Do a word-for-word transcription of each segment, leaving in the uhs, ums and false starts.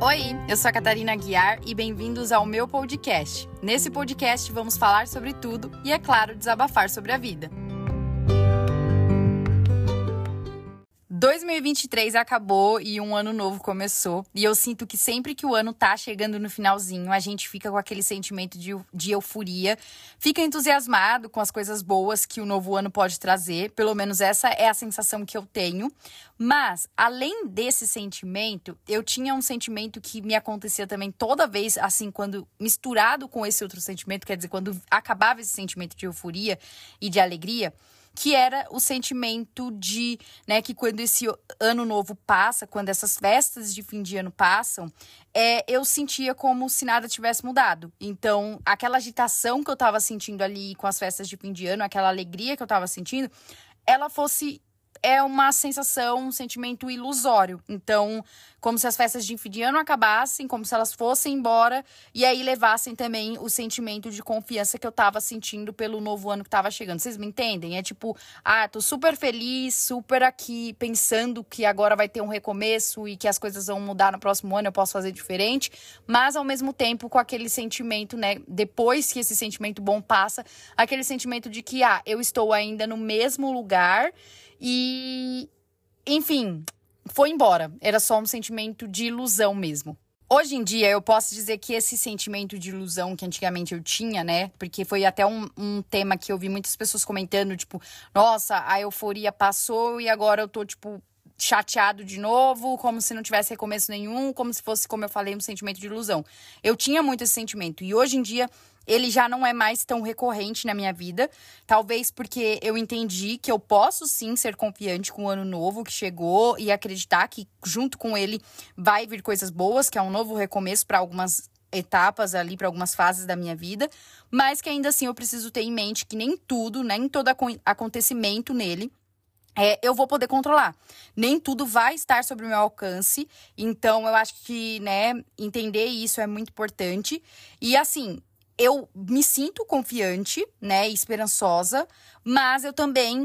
Oi, eu sou a Catarina Aguiar e bem-vindos ao meu podcast. Nesse podcast vamos falar sobre tudo e, é claro, desabafar sobre a vida. dois mil e vinte e três acabou e um ano novo começou. E eu sinto que sempre que o ano tá chegando no finalzinho, a gente fica com aquele sentimento de, de euforia, fica entusiasmado com as coisas boas que o novo ano pode trazer. Pelo menos essa é a sensação que eu tenho. Mas, além desse sentimento, eu tinha um sentimento que me acontecia também toda vez, assim, quando misturado com esse outro sentimento, quer dizer, quando acabava esse sentimento de euforia e de alegria, que era o sentimento de, né, que quando esse ano novo passa, quando essas festas de fim de ano passam, é, eu sentia como se nada tivesse mudado. Então, aquela agitação que eu tava sentindo ali com as festas de fim de ano, aquela alegria que eu tava sentindo, ela fosse... É uma sensação, um sentimento ilusório. Então, como se as festas de fim de ano acabassem, como se elas fossem embora, e aí levassem também o sentimento de confiança que eu tava sentindo pelo novo ano que tava chegando. Vocês me entendem? É tipo, ah, tô super feliz, super aqui, pensando que agora vai ter um recomeço e que as coisas vão mudar no próximo ano, eu posso fazer diferente, mas ao mesmo tempo com aquele sentimento, né, depois que esse sentimento bom passa, aquele sentimento de que, ah, eu estou ainda no mesmo lugar. E, enfim, foi embora. Era só um sentimento de ilusão mesmo. Hoje em dia, eu posso dizer que esse sentimento de ilusão que antigamente eu tinha, né? Porque foi até um, um tema que eu vi muitas pessoas comentando, tipo, nossa, a euforia passou e agora eu tô, tipo, chateado de novo, como se não tivesse recomeço nenhum, como se fosse, como eu falei, um sentimento de ilusão. Eu tinha muito esse sentimento e hoje em dia ele já não é mais tão recorrente na minha vida, talvez porque eu entendi que eu posso sim ser confiante com o ano novo que chegou e acreditar que junto com ele vai vir coisas boas, que é um novo recomeço para algumas etapas ali, para algumas fases da minha vida, mas que ainda assim eu preciso ter em mente que nem tudo, nem todo acontecimento nele É, eu vou poder controlar. Nem tudo vai estar sob o meu alcance. Então, eu acho que, né, entender isso é muito importante. E, assim, eu me sinto confiante, né, e esperançosa, mas eu também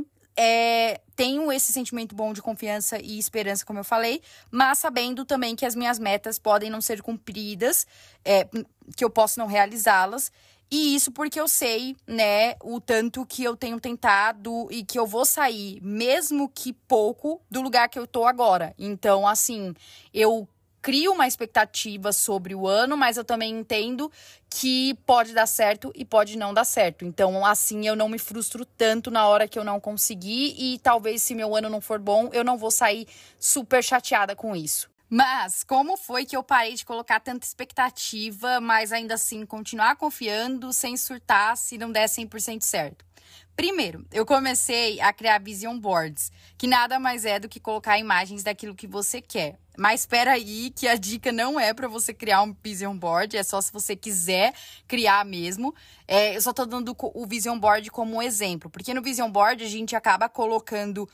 é, tenho esse sentimento bom de confiança e esperança, como eu falei, mas sabendo também que as minhas metas podem não ser cumpridas, é, que eu posso não realizá-las. E isso porque eu sei, né, o tanto que eu tenho tentado e que eu vou sair, mesmo que pouco, do lugar que eu tô agora. Então, assim, eu crio uma expectativa sobre o ano, mas eu também entendo que pode dar certo e pode não dar certo. Então, assim, eu não me frustro tanto na hora que eu não conseguir e talvez se meu ano não for bom, eu não vou sair super chateada com isso. Mas como foi que eu parei de colocar tanta expectativa, mas ainda assim continuar confiando sem surtar se não der cem por cento certo? Primeiro, eu comecei a criar vision boards, que nada mais é do que colocar imagens daquilo que você quer. Mas espera aí que a dica não é para você criar um vision board, é só se você quiser criar mesmo. É, eu só tô dando o vision board como um exemplo, porque no vision board a gente acaba colocando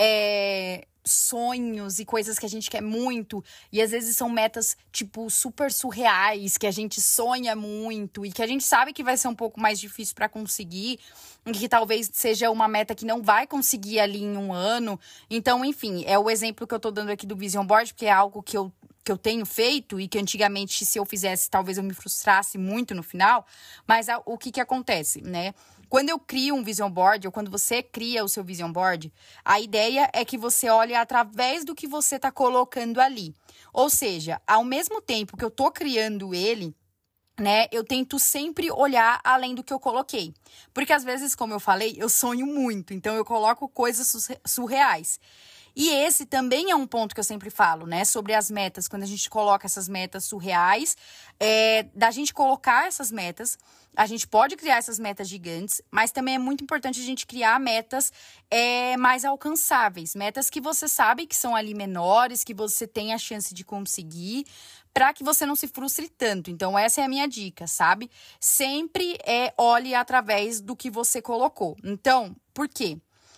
é, sonhos e coisas que a gente quer muito, e às vezes são metas, tipo, super surreais, que a gente sonha muito e que a gente sabe que vai ser um pouco mais difícil para conseguir, e que talvez seja uma meta que não vai conseguir ali em um ano. Então, enfim, é o exemplo que eu tô dando aqui do Vision Board, porque é algo que eu, que eu tenho feito e que antigamente, se eu fizesse, talvez eu me frustrasse muito no final. Mas o que que acontece, né? Quando eu crio um Vision Board, ou quando você cria o seu Vision Board, a ideia é que você olhe através do que você tá colocando ali. Ou seja, ao mesmo tempo que eu tô criando ele, né, eu tento sempre olhar além do que eu coloquei. Porque às vezes, como eu falei, eu sonho muito. Então, eu coloco coisas surreais. E esse também é um ponto que eu sempre falo, né? Sobre as metas. Quando a gente coloca essas metas surreais, é, da gente colocar essas metas, a gente pode criar essas metas gigantes, mas também é muito importante a gente criar metas é, mais alcançáveis. Metas que você sabe que são ali menores, que você tem a chance de conseguir, para que você não se frustre tanto. Então, essa é a minha dica, sabe? Sempre é olhe através do que você colocou. Então, por quê?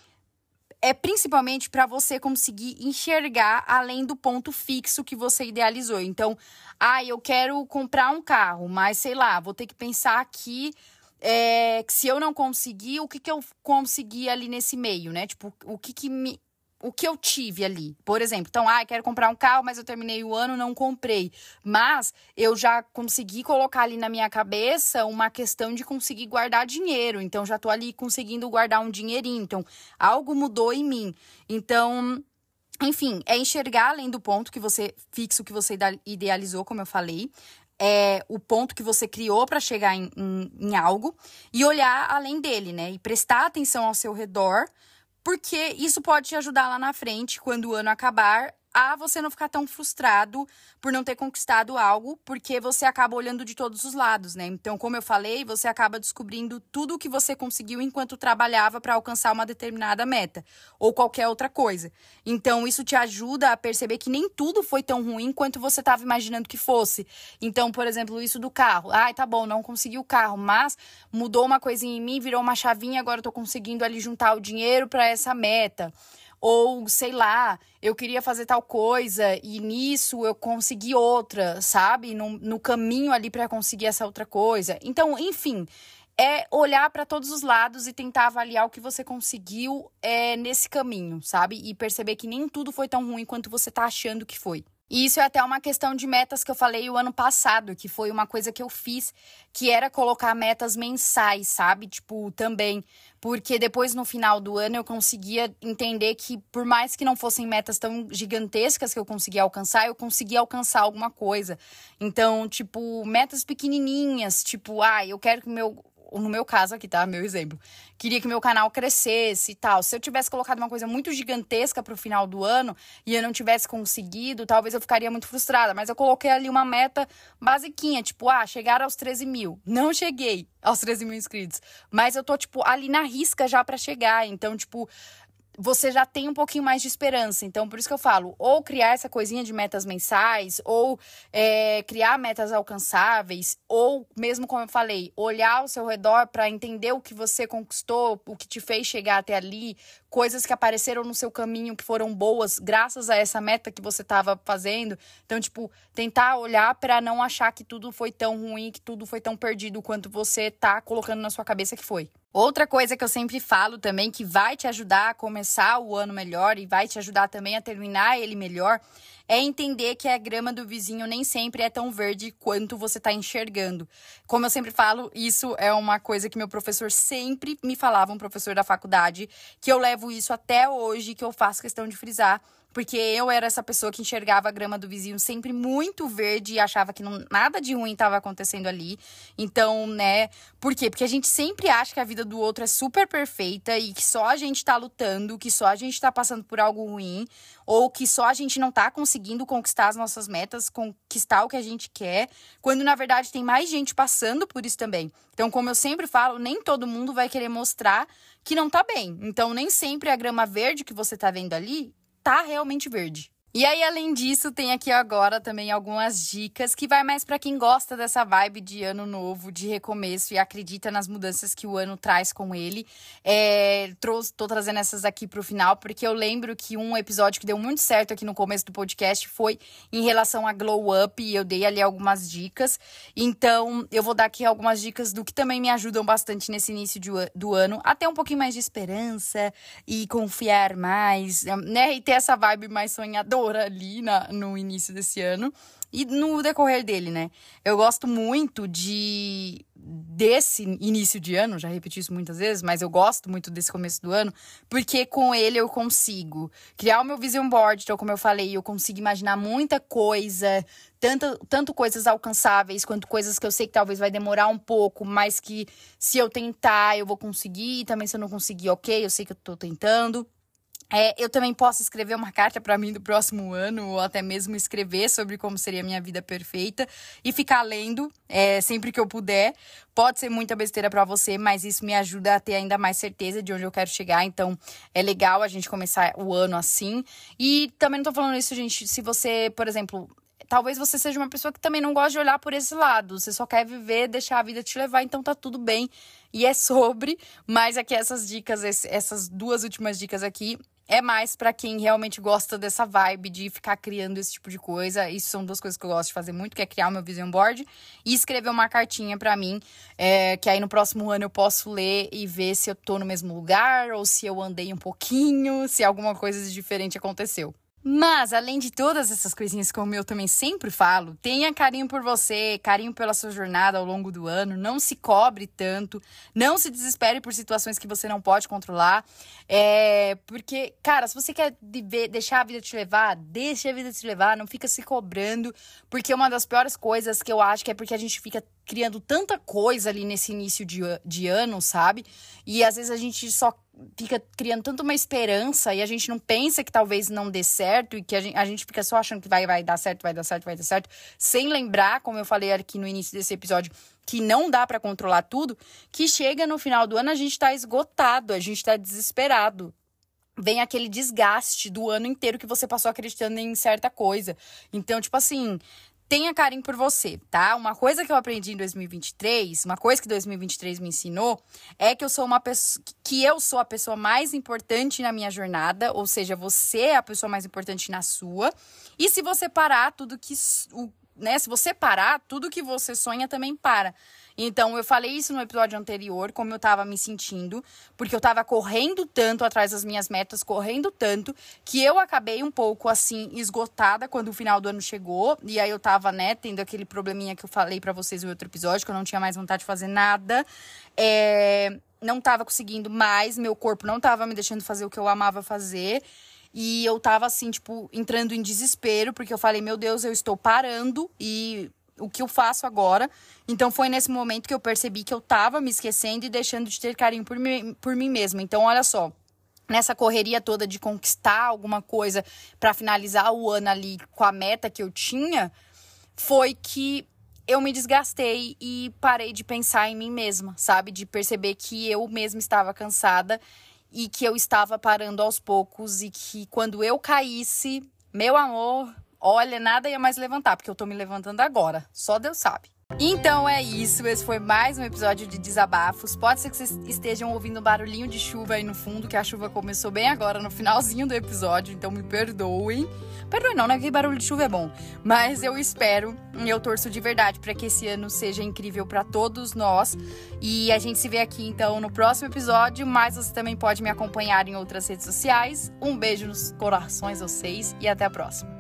É principalmente para você conseguir enxergar além do ponto fixo que você idealizou. Então, ah, eu quero comprar um carro, mas sei lá, vou ter que pensar aqui é, que se eu não conseguir, o que, que eu consegui ali nesse meio, né? Tipo, o que, que me... o que eu tive ali. Por exemplo, então, ah, quero comprar um carro, mas eu terminei o ano, não comprei. Mas eu já consegui colocar ali na minha cabeça uma questão de conseguir guardar dinheiro. Então, já tô ali conseguindo guardar um dinheirinho. Então, algo mudou em mim. Então, enfim, é enxergar além do ponto que você fixo, que você idealizou, como eu falei. É o ponto que você criou para chegar em, em, em algo. E olhar além dele, né? E prestar atenção ao seu redor. Porque isso pode te ajudar lá na frente, quando o ano acabar, a você não ficar tão frustrado por não ter conquistado algo, porque você acaba olhando de todos os lados, né? Então, como eu falei, você acaba descobrindo tudo o que você conseguiu enquanto trabalhava para alcançar uma determinada meta, ou qualquer outra coisa. Então, isso te ajuda a perceber que nem tudo foi tão ruim quanto você estava imaginando que fosse. Então, por exemplo, isso do carro. Ai, tá bom, não consegui o carro, mas mudou uma coisinha em mim, virou uma chavinha, agora eu tô conseguindo ali juntar o dinheiro para essa meta. Ou, sei lá, eu queria fazer tal coisa e nisso eu consegui outra, sabe? No, no caminho ali para conseguir essa outra coisa. Então, enfim, é olhar para todos os lados e tentar avaliar o que você conseguiu é, nesse caminho, sabe? E perceber que nem tudo foi tão ruim quanto você tá achando que foi. E isso é até uma questão de metas que eu falei o ano passado, que foi uma coisa que eu fiz, que era colocar metas mensais, sabe? Tipo, também, porque depois no final do ano eu conseguia entender que por mais que não fossem metas tão gigantescas que eu conseguia alcançar, eu conseguia alcançar alguma coisa. Então, tipo, metas pequenininhas, tipo, ah, eu quero que meu... No meu caso aqui, tá? Meu exemplo. Queria que meu canal crescesse e tal. Se eu tivesse colocado uma coisa muito gigantesca pro final do ano e eu não tivesse conseguido, talvez eu ficaria muito frustrada. Mas eu coloquei ali uma meta basiquinha, tipo, ah, chegar aos treze mil. Não cheguei aos treze mil inscritos. Mas eu tô, tipo, ali na risca já pra chegar. Então, tipo... você já tem um pouquinho mais de esperança. Então, por isso que eu falo, ou criar essa coisinha de metas mensais, ou é, criar metas alcançáveis, ou mesmo como eu falei, olhar ao seu redor para entender o que você conquistou, o que te fez chegar até ali, coisas que apareceram no seu caminho que foram boas graças a essa meta que você estava fazendo. Então, tipo, tentar olhar para não achar que tudo foi tão ruim, que tudo foi tão perdido quanto você tá colocando na sua cabeça que foi. Outra coisa que eu sempre falo também, que vai te ajudar a começar o ano melhor e vai te ajudar também a terminar ele melhor, é entender que a grama do vizinho nem sempre é tão verde quanto você está enxergando. Como eu sempre falo, isso é uma coisa que meu professor sempre me falava, um professor da faculdade, que eu levo isso até hoje, que eu faço questão de frisar, porque eu era essa pessoa que enxergava a grama do vizinho sempre muito verde e achava que não, nada de ruim estava acontecendo ali. Então, né, por quê? Porque a gente sempre acha que a vida do outro é super perfeita e que só a gente tá lutando, que só a gente tá passando por algo ruim, ou que só a gente não tá conseguindo conquistar as nossas metas, conquistar o que a gente quer, quando na verdade tem mais gente passando por isso também. Então, como eu sempre falo, nem todo mundo vai querer mostrar que não tá bem. Então, nem sempre a grama verde que você tá vendo ali tá realmente verde. E aí, além disso, tem aqui agora também algumas dicas que vai mais para quem gosta dessa vibe de ano novo, de recomeço e acredita nas mudanças que o ano traz com ele. É, trouxe, tô trazendo essas aqui pro final, porque eu lembro que um episódio que deu muito certo aqui no começo do podcast foi em relação a Glow Up, e eu dei ali algumas dicas. Então, eu vou dar aqui algumas dicas do que também me ajudam bastante nesse início de, do ano, a ter um pouquinho mais de esperança e confiar mais, né? E ter essa vibe mais sonhadora ali na, no início desse ano e no decorrer dele, né? Eu gosto muito de desse início de ano, já repeti isso muitas vezes, mas eu gosto muito desse começo do ano, porque com ele eu consigo criar o meu vision board, então como eu falei, eu consigo imaginar muita coisa, tanto, tanto coisas alcançáveis, quanto coisas que eu sei que talvez vai demorar um pouco, mas que se eu tentar eu vou conseguir, e também se eu não conseguir, ok, eu sei que eu tô tentando. É, eu também posso escrever uma carta para mim do próximo ano, ou até mesmo escrever sobre como seria a minha vida perfeita e ficar lendo é, sempre que eu puder. Pode ser muita besteira para você, mas isso me ajuda a ter ainda mais certeza de onde eu quero chegar. Então, é legal a gente começar o ano assim. E também não tô falando isso, gente, se você, por exemplo... talvez você seja uma pessoa que também não gosta de olhar por esse lado. Você só quer viver, deixar a vida te levar, então tá tudo bem. E é sobre, mas aqui essas dicas, essas duas últimas dicas aqui, é mais pra quem realmente gosta dessa vibe de ficar criando esse tipo de coisa. Isso são duas coisas que eu gosto de fazer muito, que é criar o meu vision board e escrever uma cartinha pra mim, é, que aí no próximo ano eu posso ler e ver se eu tô no mesmo lugar ou se eu andei um pouquinho, se alguma coisa de diferente aconteceu. Mas, além de todas essas coisinhas como eu também sempre falo, tenha carinho por você, carinho pela sua jornada ao longo do ano, não se cobre tanto, não se desespere por situações que você não pode controlar, é, porque, cara, se você quer viver, deixar a vida te levar, deixa a vida te levar, não fica se cobrando, porque uma das piores coisas que eu acho que é porque a gente fica criando tanta coisa ali nesse início de, de ano, sabe? E às vezes a gente só fica criando tanto uma esperança e a gente não pensa que talvez não dê certo e que a gente, a gente fica só achando que vai, vai dar certo, vai dar certo, vai dar certo, sem lembrar, como eu falei aqui no início desse episódio, que não dá pra controlar tudo, que chega no final do ano a gente tá esgotado, a gente tá desesperado. Vem aquele desgaste do ano inteiro que você passou acreditando em certa coisa. Então, tipo assim, tenha carinho por você, tá? Uma coisa que eu aprendi em dois mil e vinte e três, uma coisa que dois mil e vinte e três me ensinou, é que eu sou uma pessoa, que eu sou a pessoa mais importante na minha jornada, ou seja, você é a pessoa mais importante na sua. E se você parar, tudo que, o, né? Se você parar, tudo que você sonha também para. Então, eu falei isso no episódio anterior, como eu tava me sentindo, porque eu tava correndo tanto atrás das minhas metas, correndo tanto, que eu acabei um pouco, assim, esgotada quando o final do ano chegou, e aí eu tava, né, tendo aquele probleminha que eu falei pra vocês no outro episódio, que eu não tinha mais vontade de fazer nada, é... não tava conseguindo mais, meu corpo não tava me deixando fazer o que eu amava fazer, e eu tava, assim, tipo, entrando em desespero, porque eu falei, meu Deus, eu estou parando, e o que eu faço agora? Então, foi nesse momento que eu percebi que eu tava me esquecendo e deixando de ter carinho por mim, por mim mesma. Então, olha só, nessa correria toda de conquistar alguma coisa pra finalizar o ano ali com a meta que eu tinha, foi que eu me desgastei e parei de pensar em mim mesma, sabe? De perceber que eu mesma estava cansada e que eu estava parando aos poucos e que quando eu caísse, meu amor, olha, nada ia mais levantar, porque eu tô me levantando agora. Só Deus sabe. Então é isso, esse foi mais um episódio de Desabafos. Pode ser que vocês estejam ouvindo um barulhinho de chuva aí no fundo, que a chuva começou bem agora, no finalzinho do episódio, então me perdoem. Perdoem não, né? Que barulho de chuva é bom. Mas eu espero e eu torço de verdade para que esse ano seja incrível para todos nós. E a gente se vê aqui, então, no próximo episódio, mas você também pode me acompanhar em outras redes sociais. Um beijo nos corações, vocês, e até a próxima.